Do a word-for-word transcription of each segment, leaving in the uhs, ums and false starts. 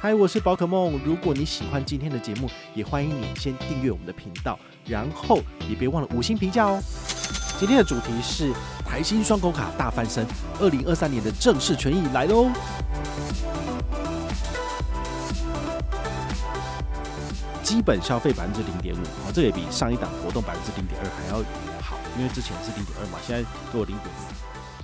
嗨，我是宝可梦。如果你喜欢今天的节目，也欢迎你先订阅我们的频道，然后也别忘了五星评价哦。今天的主题是台新双狗卡大翻身，二零二三年的正式权益来喽。基本消费百分之零点五，这也比上一档活动百分之零点二还要好，因为之前是零点二嘛，现在做零点四。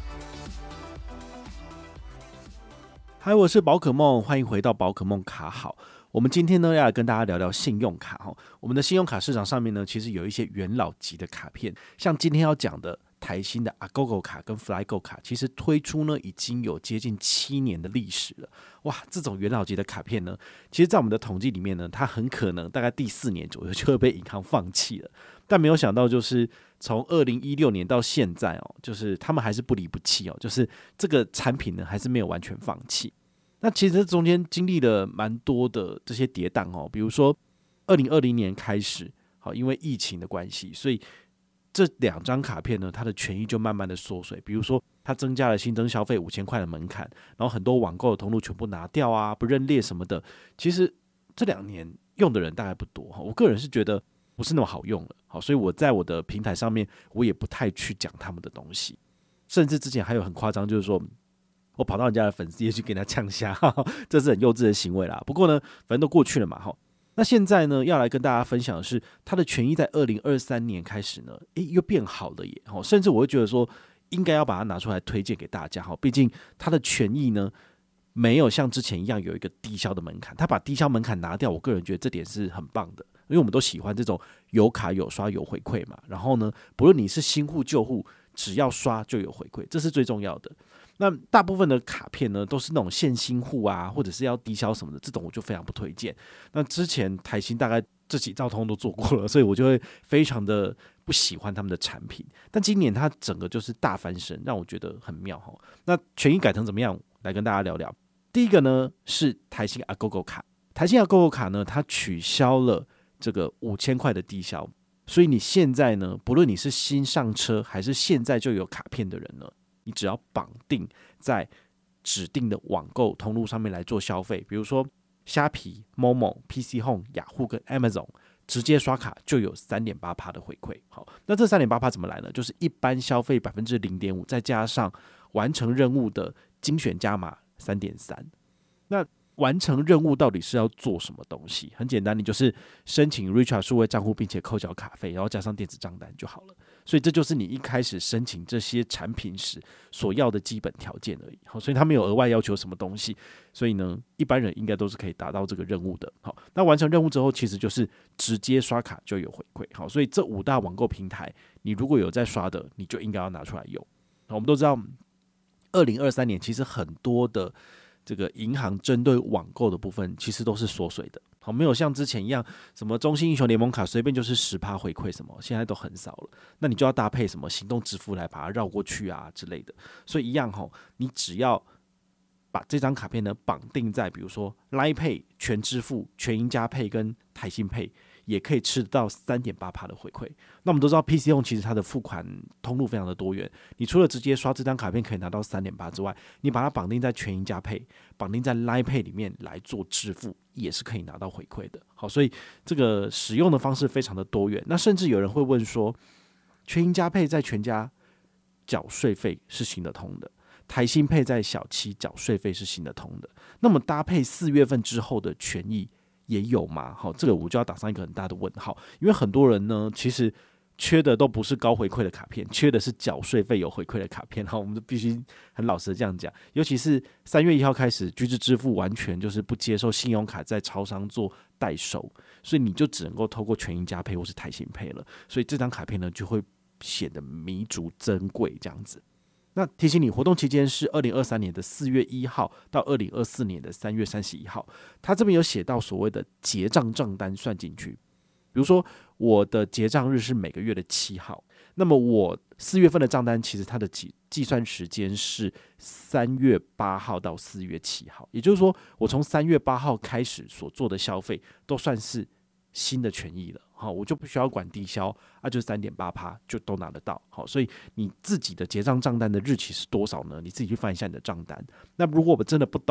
嗨，我是宝可梦，欢迎回到宝可梦卡好。我们今天呢要来跟大家聊聊信用卡哈。我们的信用卡市场上面呢，其实有一些元老级的卡片，像今天要讲的台新的 Agogo 卡跟 Flygo 卡，其实推出呢已经有接近七年的历史了。哇，这种元老级的卡片呢，其实在我们的统计里面呢，它很可能大概第四年左右就会被银行放弃了。但没有想到，就是从二零一六年到现在哦，就是他们还是不离不弃哦，就是这个产品呢还是没有完全放弃。那其实中间经历了蛮多的这些跌宕哦，比如说二零二零年开始，好，因为疫情的关系，所以这两张卡片呢，它的权益就慢慢的缩水。比如说，它增加了新增消费五千块的门槛，然后很多网购的通路全部拿掉啊，不认列什么的。其实这两年用的人大概不多，我个人是觉得不是那么好用了，好，所以我在我的平台上面，我也不太去讲他们的东西，甚至之前还有很夸张，就是说，我跑到人家的粉丝页去给他呛虾，这是很幼稚的行为啦。不过呢，反正都过去了嘛，那现在呢，要来跟大家分享的是，它的权益在二零二三年开始呢，诶，又变好了耶，甚至我会觉得说，应该要把它拿出来推荐给大家，毕竟它的权益呢，没有像之前一样有一个低消的门槛，它把低消门槛拿掉，我个人觉得这点是很棒的，因为我们都喜欢这种有卡有刷有回馈嘛。然后呢，不论你是新户旧户，只要刷就有回馈，这是最重要的。那大部分的卡片呢，都是那种现新户啊，或者是要低消什么的，这种我就非常不推荐。那之前台新大概这几招通都做过了，所以我就会非常的不喜欢他们的产品。但今年它整个就是大翻身，让我觉得很妙。那权益改成怎么样？来跟大家聊聊。第一个呢是台新 Agogo 卡，台新 Agogo 卡呢，它取消了这个五千块的低消，所以你现在呢，不论你是新上车还是现在就有卡片的人呢，你只要绑定在指定的网购通路上面来做消费，比如说虾皮、Momo、P C Home、雅虎跟 Amazon， 直接刷卡就有 百分之三点八 的回馈。好，那这 百分之三点八 怎么来呢？就是一般消费 百分之零点五， 再加上完成任务的精选加码 三点三。那完成任务到底是要做什么东西？很简单，你就是申请 Richard 数位账户，并且扣缴卡费，然后加上电子账单就好了。所以这就是你一开始申请这些产品时所要的基本条件而已。好，所以他没有额外要求什么东西，所以呢，一般人应该都是可以达到这个任务的。好，那完成任务之后，其实就是直接刷卡就有回馈。好，所以这五大网购平台，你如果有在刷的，你就应该要拿出来用。我们都知道，二零二三年其实很多的这个银行针对网购的部分其实都是缩水的，好，没有像之前一样什么中信英雄联盟卡随便就是 百分之十 回馈什么，现在都很少了。那你就要搭配什么行动支付来把它绕过去啊之类的。所以一样齁，你只要把这张卡片呢绑定在比如说 Line Pay、全支付、全银加Pay跟台新Pay，也可以吃到 百分之三点八 的回馈。那我们都知道 P C Home 其实它的付款通路非常的多元，你除了直接刷这张卡片可以拿到 百分之三点八 之外，你把它绑定在全银加Pay，绑定在 Line Pay 里面来做支付，也是可以拿到回馈的。好，所以这个使用的方式非常的多元。那甚至有人会问说，全银加Pay在全家缴税费是行得通的，台新Pay在小七缴税费是行得通的，那么搭配四月份之后的权益也有吗？好，这个我就要打上一个很大的问号，因为很多人呢，其实缺的都不是高回馈的卡片，缺的是缴税费有回馈的卡片。好，我们就必须很老实的这样讲，尤其是三月一号开始，居智支付完全就是不接受信用卡在超商做代收，所以你就只能够透过全银加Pay或是台新Pay了，所以这张卡片呢就会显得弥足珍贵这样子。那提醒你，活动期间是二零二三年的四月一号到二零二四年的三月三十一号。他这边有写到所谓的结账账单算进去，比如说我的结账日是每个月的七号，那么我四月份的账单其实它的计算时间是三月八号到四月七号，也就是说，我从三月八号开始所做的消费都算是新的权益了。好，我就不需要管低消啊，就 百分之三点八 就都拿得到。好，所以你自己的结账账单的日期是多少呢？你自己去翻一下你的账单。那如果我真的不懂，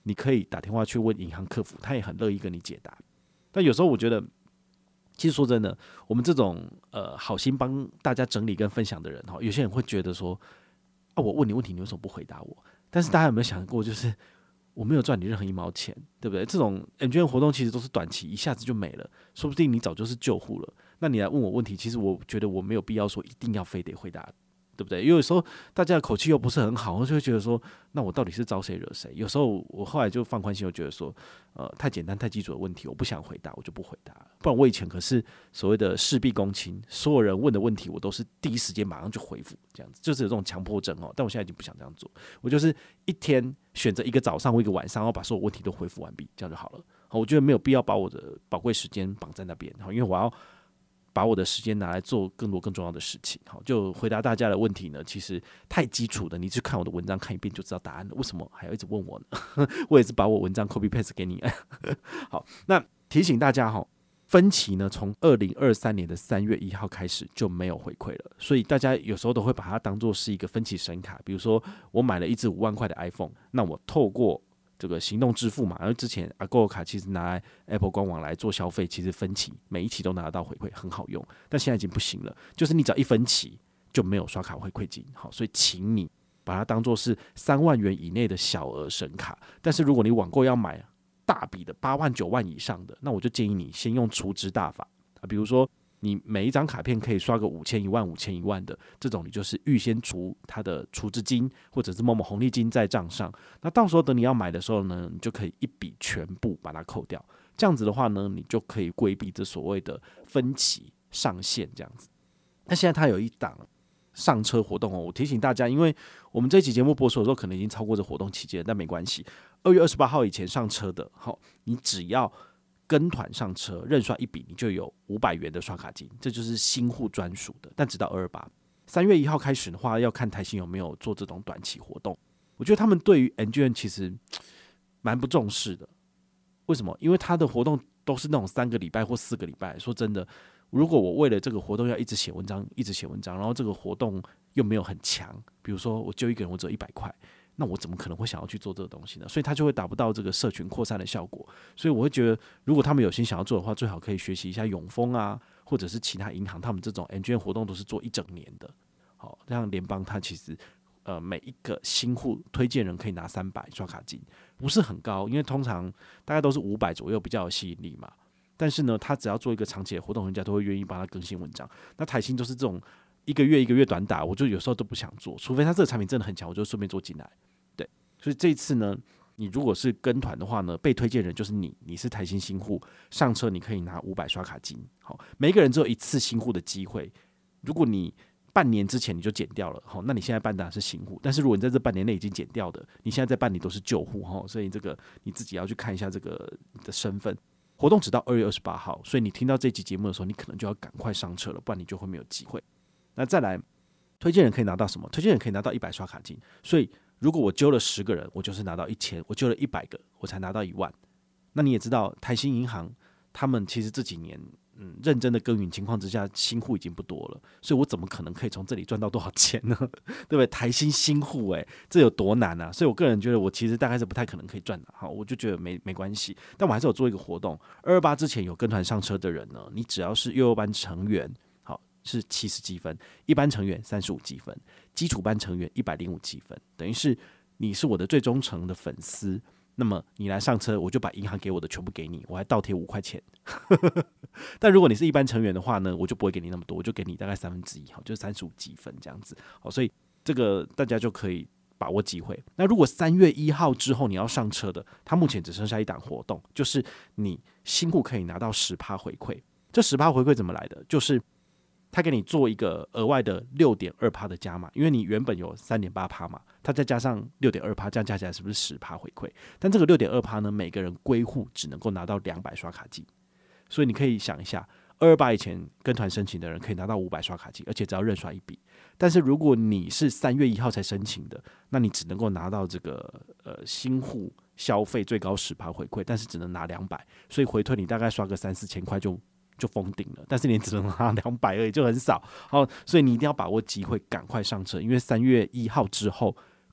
你可以打电话去问银行客服，他也很乐意跟你解答。但有时候我觉得，其实说真的，我们这种呃好心帮大家整理跟分享的人，有些人会觉得说，啊，我问你问题，你为什么不回答我？但是大家有没有想过，就是我没有赚你任何一毛钱，对不对？这种 M G M 活动其实都是短期，一下子就没了，说不定你早就是救护了。那你来问我问题，其实我觉得我没有必要说一定要非得回答，对不对？因为有时候大家的口气又不是很好，我就会觉得说，那我到底是招谁惹谁？有时候我后来就放宽心，我觉得说，呃，太简单太基础的问题，我不想回答，我就不回答了。不然我以前可是所谓的事必躬亲，所有人问的问题，我都是第一时间马上就回复，这样子就是有这种强迫症哦。但我现在已经不想这样做，我就是一天选择一个早上或一个晚上，然后把所有问题都回复完毕，这样就好了。我觉得没有必要把我的宝贵时间绑在那边，因为我要把我的时间拿来做更多更重要的事情。好，就回答大家的问题呢，其实太基础的，你去看我的文章看一遍就知道答案了，为什么还要一直问我呢？我也是把我文章 copy paste 给你。好，那提醒大家哈，分期呢从二零二三年的三月一号开始就没有回馈了，所以大家有时候都会把它当作是一个分期神卡。比如说我买了一支五万块的 iPhone， 那我透过这个行动支付嘛，因为之前 Agogo 卡其实拿来 Apple 官网来做消费，其实分期每一期都拿得到回馈，很好用。但现在已经不行了，就是你只要一分期就没有刷卡回馈金。好，所以请你把它当作是三万元以内的小额神卡。但是如果你网购要买大笔的八万九万以上的，那我就建议你先用储值大法。比如说你每一张卡片可以刷个五千一万五千一万的这种，你就是预先除它的储值金或者是某某红利金在账上，那到时候等你要买的时候呢，你就可以一笔全部把它扣掉。这样子的话呢，你就可以规避这所谓的分期上限这样子。那现在它有一档上车活动哦，我提醒大家，因为我们这期节目播出的时候可能已经超过这活动期间，但没关系，二月二十八号以前上车的，好，你只要跟团上车，认刷一笔，你就有五百元的刷卡金，这就是新户专属的。但直到二二八，三月一号开始的话，要看台新有没有做这种短期活动。我觉得他们对于 M G M 其实蛮不重视的。为什么？因为他的活动都是那种三个礼拜或四个礼拜。说真的，如果我为了这个活动要一直写文章，一直写文章，然后这个活动又没有很强，比如说我就一个人，我只有一百块。那我怎么可能会想要去做这个东西呢？所以他就会达不到这个社群扩散的效果。所以我会觉得，如果他们有心想要做的话，最好可以学习一下永丰啊，或者是其他银行，他们这种 M G M 活动都是做一整年的。好，像联邦它其实呃每一个新户推荐人可以拿三百刷卡金，不是很高，因为通常大概都是五百左右比较有吸引力嘛。但是呢，他只要做一个长期的活动，人家都会愿意帮他更新文章。那台新都是这种一个月一个月短打，我就有时候都不想做，除非他这个产品真的很强，我就顺便做进来。对，所以这一次呢，你如果是跟团的话呢，被推荐人就是你，你是台新新户，上车你可以拿五百刷卡金。好，每一个人只有一次新户的机会。如果你半年之前你就减掉了，好，那你现在办的是新户。但是如果你在这半年内已经减掉的，你现在在办理都是旧户哈，所以这个你自己要去看一下这个你的身份。活动只到二月二十八号，所以你听到这期节目的时候，你可能就要赶快上车了，不然你就会没有机会。那再来，推荐人可以拿到什么？推荐人可以拿到一百刷卡金，所以如果我揪了十个人，我就是拿到一千；我揪了一百个，我才拿到一万。那你也知道，台新银行他们其实这几年嗯认真的耕耘情况之下，新户已经不多了，所以我怎么可能可以从这里赚到多少钱呢？对不对？台新新户哎，这有多难啊！所以我个人觉得，我其实大概是不太可能可以赚的。好，我就觉得没没关系，但我还是有做一个活动，二二八之前有跟团上车的人呢，你只要是幼幼班成员，好是七十积分，一般成员三十五积分，基础班成员一百零五积分，等于是你是我的最忠诚的粉丝。那么你来上车，我就把银行给我的全部给你，我还倒贴五块钱。但如果你是一般成员的话呢，我就不会给你那么多，我就给你大概三分之一，好，就是三十五积分这样子。好，所以这个大家就可以把握机会。那如果三月一号之后你要上车的，它目前只剩下一档活动，就是你新户可以拿到 百分之十 回馈。这 百分之十 回馈怎么来的？就是他给你做一个额外的 百分之六点二 的加码，因为你原本有 百分之三点八 嘛，他再加上 百分之六点二， 这样加起来是不是 百分之十 回馈？但这个 百分之六点二 呢，每个人归户只能够拿到两百刷卡金，所以你可以想一下，二二八以前跟团申请的人可以拿到五百刷卡金，而且只要认刷一笔。但是如果你是三月一号才申请的，那你只能够拿到这个呃新户消费最高 百分之十 回馈，但是只能拿两百，所以回退你大概刷个三四千块就就封顶了，但是你只能拿两百而已，就很少。好，所以你一定要把握机会，赶快上车，因为三月一号之后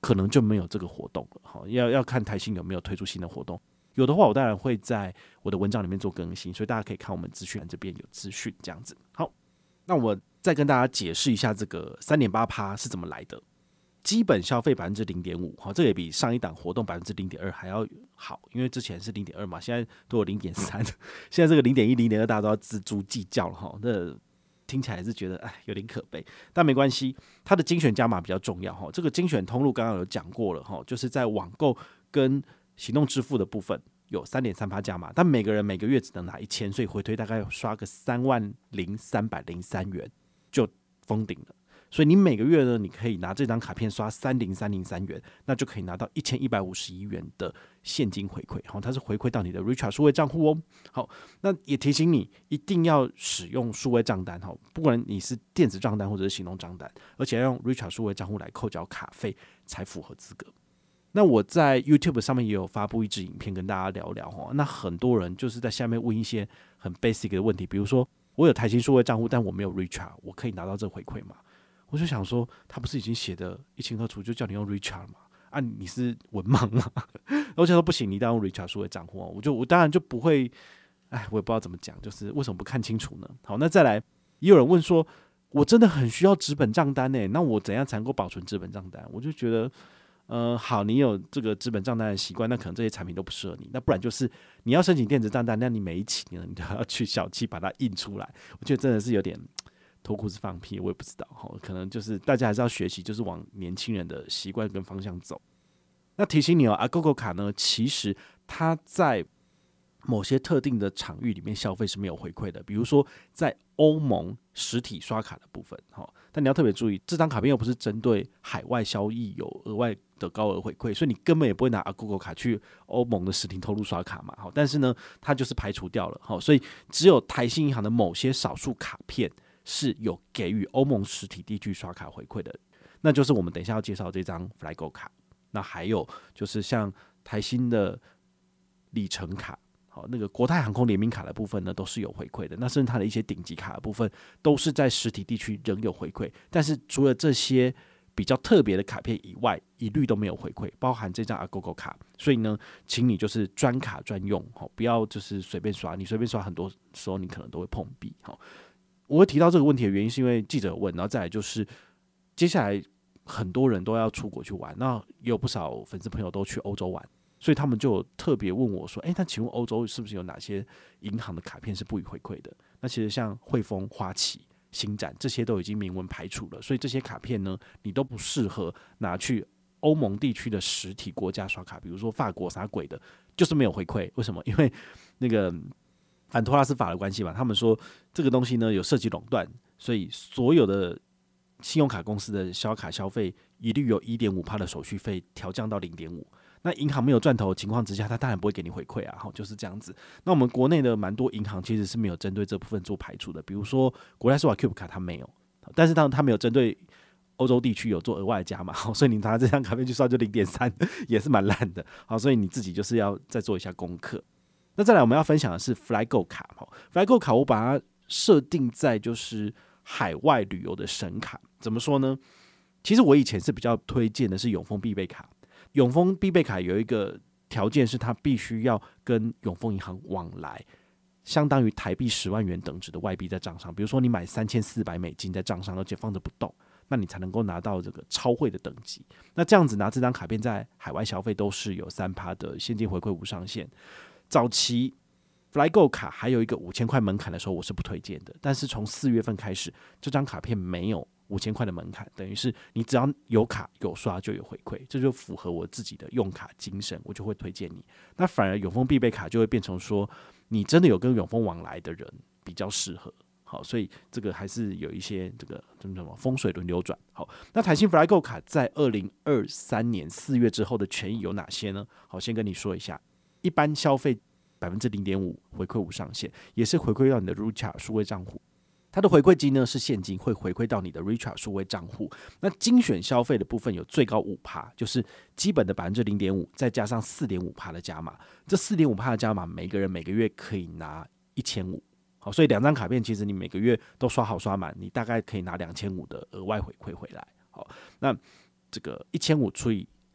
可能就没有这个活动了。好，要要看台新有没有推出新的活动。有的话，我当然会在我的文章里面做更新，所以大家可以看我们资讯栏这边有资讯这样子。好，那我再跟大家解释一下这个 三点八 是怎么来的。基本消费 百分之零点五， 这也比上一档活动 百分之零点二 还要好，因为之前是 零点二 嘛，现在都有 零点三， 现在这个 零点一 零点二 大家都要锱铢计较了，那听起来是觉得哎有点可悲，但没关系，它的精选加码比较重要。这个精选通路刚刚有讲过了，就是在网购跟行动支付的部分有 三点三 加码，但每个人每个月只能拿一千，所以回推大概刷个三万零三百零三元就封顶了。所以你每个月呢，你可以拿这张卡片刷三零三零三元，那就可以拿到一千一百五十一元的现金回馈。好，它是回馈到你的 Richart 数位账户哦。好，那也提醒你一定要使用数位账单，不管你是电子账单或者是行动账单，而且要用 Richart 数位账户来扣缴卡费才符合资格。那我在 YouTube 上面也有发布一支影片跟大家聊聊，那很多人就是在下面问一些很 basic 的问题，比如说我有台新数位账户，但我没有 Richart， 我可以拿到这个回馈吗？我就想说，他不是已经写的一清二楚，就叫你用 Richart 吗？啊，你是文盲吗？我想说不行，你一定要用 Richart 数位账户，我就我当然就不会，哎，我也不知道怎么讲，就是为什么不看清楚呢？好，那再来，也有人问说，我真的很需要纸本账单呢，那我怎样才能够保存纸本账单？我就觉得，呃，好，你有这个纸本账单的习惯，那可能这些产品都不适合你，那不然就是你要申请电子账单，那你每一期呢，你都要去小七把它印出来，我觉得真的是有点脱裤子放屁，我也不知道，可能就是大家还是要学习，就是往年轻人的习惯跟方向走。那提醒你哦 ，Agogo 卡呢，其实它在某些特定的场域里面消费是没有回馈的，比如说在欧盟实体刷卡的部分，但你要特别注意，这张卡片又不是针对海外交易有额外的高额回馈，所以你根本也不会拿 Agogo 卡去欧盟的实体通路刷卡嘛。但是呢，它就是排除掉了，所以只有台新银行的某些少数卡片是有给予欧盟实体地区刷卡回馈的，那就是我们等一下要介绍这张 Flygo 卡。那还有就是像台新的里程卡，好，那个国泰航空联名卡的部分呢，都是有回馈的。那甚至它的一些顶级卡的部分，都是在实体地区仍有回馈。但是除了这些比较特别的卡片以外，一律都没有回馈，包含这张 Agogo 卡。所以呢，请你就是专卡专用，不要就是随便刷，你随便刷很多时候你可能都会碰壁。我会提到这个问题的原因，是因为记者问，然后再来就是接下来很多人都要出国去玩，那也有不少粉丝朋友都去欧洲玩，所以他们就有特别问我说：“哎、欸，那请问欧洲是不是有哪些银行的卡片是不予回馈的？”那其实像汇丰、花旗、星展这些都已经明文排除了，所以这些卡片呢，你都不适合拿去欧盟地区的实体国家刷卡，比如说法国啥鬼的，就是没有回馈。为什么？因为那个反托拉斯法的关系嘛，他们说这个东西呢有涉及垄断，所以所有的信用卡公司的消卡消费一律有 一点五 的手续费调降到 零点五。那银行没有赚头的情况之下，他当然不会给你回馈啊，就是这样子。那我们国内的蛮多银行其实是没有针对这部分做排除的，比如说国泰世华 Cube 卡它没有，但是它它没有针对欧洲地区有做额外的加码，所以你拿这张卡片去刷就 零点三 也是蛮烂的，好，所以你自己就是要再做一下功课。那再来我们要分享的是 Flygo 卡 Flygo 卡我把它设定在就是海外旅游的神卡。怎么说呢？其实我以前是比较推荐的是永丰必备卡，永丰必备卡有一个条件是它必须要跟永丰银行往来相当于台币十万元等值的外币在账上，比如说你买三千四百美金在账上，而且放着不动，那你才能够拿到这个超汇的等级。那这样子拿这张卡片在海外消费都是有 百分之三 的现金回馈无上限。早期 Flygo 卡还有一个五千块门槛的时候，我是不推荐的。但是从四月份开始，这张卡片没有五千块的门槛，等于是你只要有卡有刷就有回馈，这就符合我自己的用卡精神，我就会推荐你。那反而永丰必备卡就会变成说，你真的有跟永丰往来的人比较适合。好，所以这个还是有一些这个什么风水轮流转。好，那台新 Flygo 卡在二零二三年四月之后的权益有哪些呢？好，先跟你说一下。一般消费 百分之零点五 回馈无上限，也是回馈到你的 Richart 数位账户。它的回馈金呢是现金，会回馈到你的 Richart 数位账户。那精选消费的部分有最高 百分之五， 就是基本的 百分之零点五 再加上 百分之四点五 的加码。这 百分之四点五 的加码，每个人每个月可以拿一千五百。好，所以两张卡片其实你每个月都刷好刷满，你大概可以拿两千五百的额外回馈回来。好，那这个一千五除以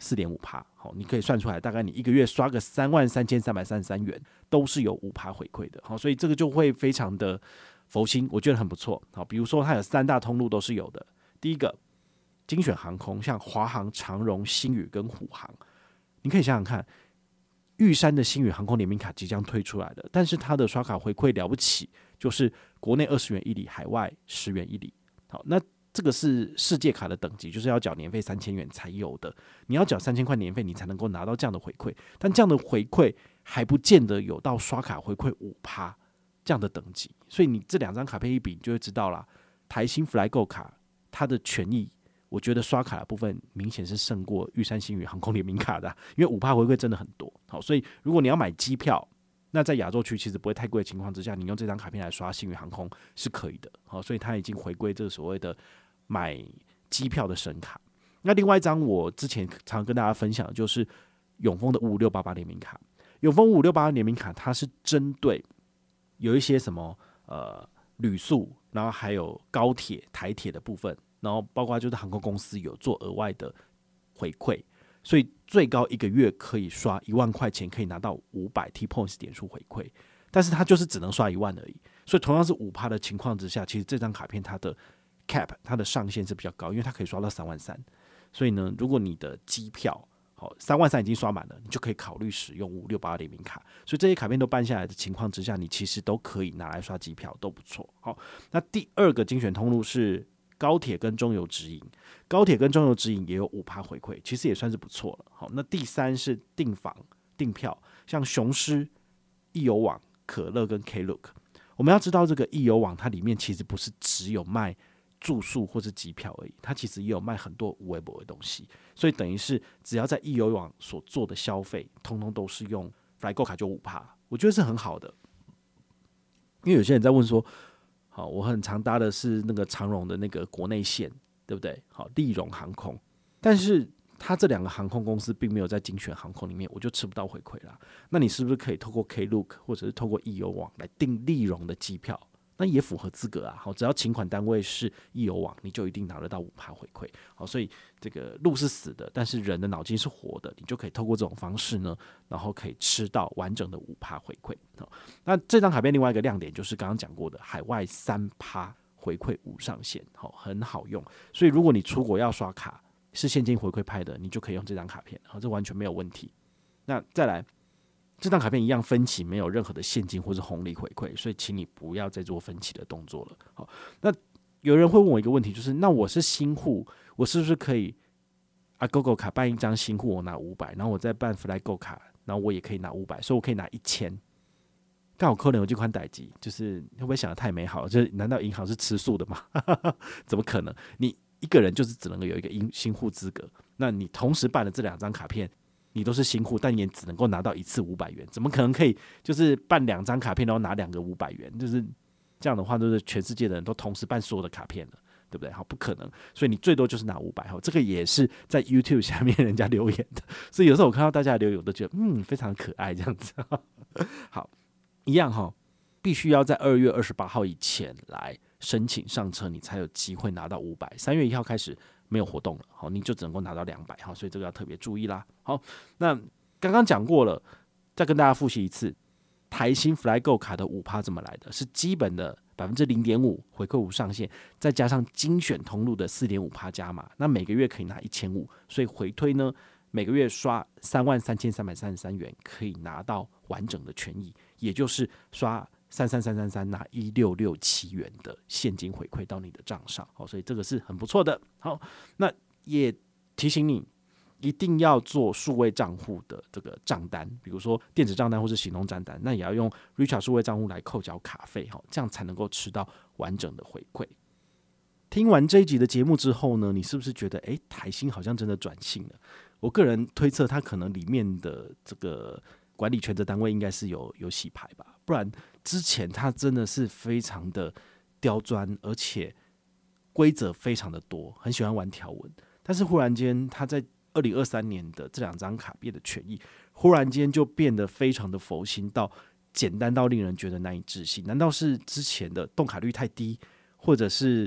四点五趴，好，你可以算出来，大概你一个月刷个三万三千三百三十三元，都是有五趴回馈的，好，所以这个就会非常的佛心，我觉得很不错。好，比如说它有三大通路都是有的，第一个精选航空，像华航、长荣、星宇跟虎航，你可以想想看，玉山的星宇航空联名卡即将推出来的，但是它的刷卡回馈了不起，就是国内二十元一里，海外十元一里，好，那这个是世界卡的等级，就是要缴年费三千元才有的。你要缴三千块年费，你才能够拿到这样的回馈。但这样的回馈还不见得有到刷卡回馈五趴这样的等级。所以你这两张卡片一比，你就会知道啦。台新 FlyGo 卡它的权益，我觉得刷卡的部分明显是胜过玉山星宇航空联名卡的、啊，因为五趴回馈真的很多。好，所以如果你要买机票，那在亚洲区其实不会太贵的情况之下，你用这张卡片来刷星宇航空是可以的。好，所以它已经回归这个所谓的买机票的神卡。那另外一张我之前常跟大家分享的就是永丰的五五六八八联名卡。永丰五五六八八联名卡，它是针对有一些什么呃旅宿，然后还有高铁、台铁的部分，然后包括就是航空公司有做额外的回馈。所以最高一个月可以刷一万块钱，可以拿到五百 T Points 点数回馈，但是它就是只能刷一万而已。所以同样是五趴的情况之下，其实这张卡片它的 cap 它的上限是比较高，因为它可以刷到三万三。所以呢，如果你的机票好三万三已经刷满了，你就可以考虑使用五六八联名卡。所以这些卡片都办下来的情况之下，你其实都可以拿来刷机票，都不错。好，那第二个精选通路是高铁跟中油直营，高铁跟中油直营也有五趴回馈，其实也算是不错了。好，那第三是订房订票，像雄狮、易游网、可乐跟 Klook。我们要知道，这个易游网它里面其实不是只有卖住宿或是机票而已，它其实也有卖很多微博的东西，所以等于是只要在易游网所做的消费，通通都是用 FlyGo 卡就五趴，我觉得是很好的。因为有些人在问说，好，我很常搭的是那个长荣的那个国内线，对不对？好，立荣航空，但是它这两个航空公司并没有在精选航空里面，我就吃不到回馈啦。那你是不是可以透过 Klook 或者是透过易游网来订立荣的机票？那也符合资格啊。好，只要请款单位是易游网，你就一定拿得到五趴回馈。好，所以这个路是死的，但是人的脑筋是活的，你就可以透过这种方式呢，然后可以吃到完整的五趴回馈。好，那这张卡片另外一个亮点就是刚刚讲过的海外三趴回馈无上限，好，很好用。所以如果你出国要刷卡，是现金回馈派的，你就可以用这张卡片，好，这完全没有问题。那再来，这张卡片一样分期，没有任何的现金或是红利回馈，所以请你不要再做分期的动作了。好，那有人会问我一个问题，就是那我是新户，我是不是可以啊 GoGo 卡办一张新户，我拿五百，然后我再办 FlyGo 卡，然后我也可以拿五百，所以我可以拿一千。刚好扣能有这款代机，就是会不会想得太美好了？就是难道银行是吃素的吗？怎么可能？你一个人就是只能够有一个新户资格，那你同时办了这两张卡片，你都是新户，但你也只能够拿到一次五百元，怎么可能可以就是办两张卡片然后拿两个五百元？就是这样的话，就是全世界的人都同时办所有的卡片了，对不对？好，不可能，所以你最多就是拿五百。好，这个也是在 YouTube 下面人家留言的，所以有时候我看到大家的留言，我都觉得嗯非常可爱这样子。好，一样哈，必须要在二月二十八号以前来申请上车，你才有机会拿到五百。三月一号开始没有活动了，好，你就只能够拿到两百，好，所以这个要特别注意啦。好，那刚刚讲过了，再跟大家复习一次，台新 FlyGo 卡的五趴怎么来的？是基本的百分之零点五回馈无上限，再加上精选通路的四点五趴加码，那每个月可以拿一千五，所以回推呢，每个月刷三万三千三百三十三元，可以拿到完整的权益，也就是刷三三三三三拿一六六七元的现金回馈到你的账上，好，所以这个是很不错的。好，那也提醒你一定要做数位账户的这个账单，比如说电子账单或是行动账单，那也要用 Richart 数位账户来扣缴卡费，这样才能够吃到完整的回馈。听完这一集的节目之后呢，你是不是觉得诶台新好像真的转型了？我个人推测，它可能里面的这个管理权责单位应该是有有洗牌吧，不然之前它真的是非常的刁钻，而且规则非常的多，很喜欢玩条文。但是忽然间，它在二零二三年的这两张卡片的权益，忽然间就变得非常的佛心，到简单到令人觉得难以置信。难道是之前的动卡率太低，或者是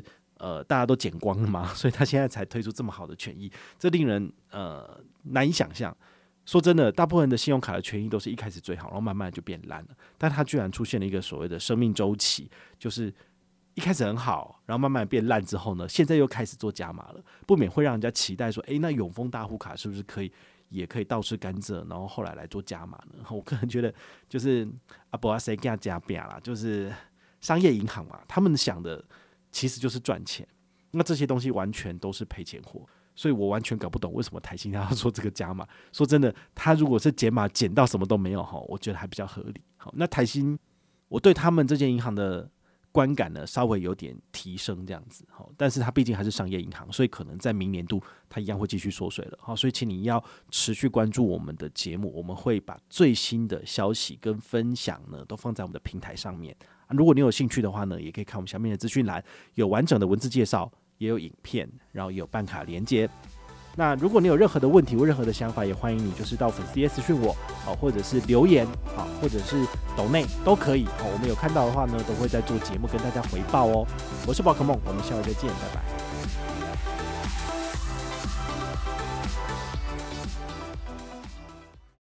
呃大家都减光了嘛，所以他现在才推出这么好的权益，这令人呃难以想象。说真的，大部分的信用卡的权益都是一开始最好，然后慢慢就变烂了，但它居然出现了一个所谓的生命周期，就是一开始很好，然后慢慢变烂之后呢，现在又开始做加码了，不免会让人家期待说，诶，那永丰大户卡是不是可以也可以倒吃甘蔗，然后后来来做加码呢？我个人觉得就是啊，不啊谁给他加饼啦，就是商业银行嘛，他们想的其实就是赚钱，那这些东西完全都是赔钱货。所以我完全搞不懂为什么台新他要做这个加码。说真的，他如果是减码减到什么都没有，我觉得还比较合理。好，那台新我对他们这间银行的观感呢稍微有点提升这样子，但是它毕竟还是商业银行，所以可能在明年度它一样会继续缩水了。好，所以请你要持续关注我们的节目，我们会把最新的消息跟分享呢都放在我们的平台上面。如果你有兴趣的话呢，也可以看我们下面的资讯栏，有完整的文字介绍，也有影片，然后也有办卡连结。那如果你有任何的问题或任何的想法，也欢迎你就是到粉丝页私讯我，或者是留言，或者是抖内都可以。我们有看到的话呢，都会在做节目跟大家回报哦。我是宝可梦，我们下回再见，拜拜。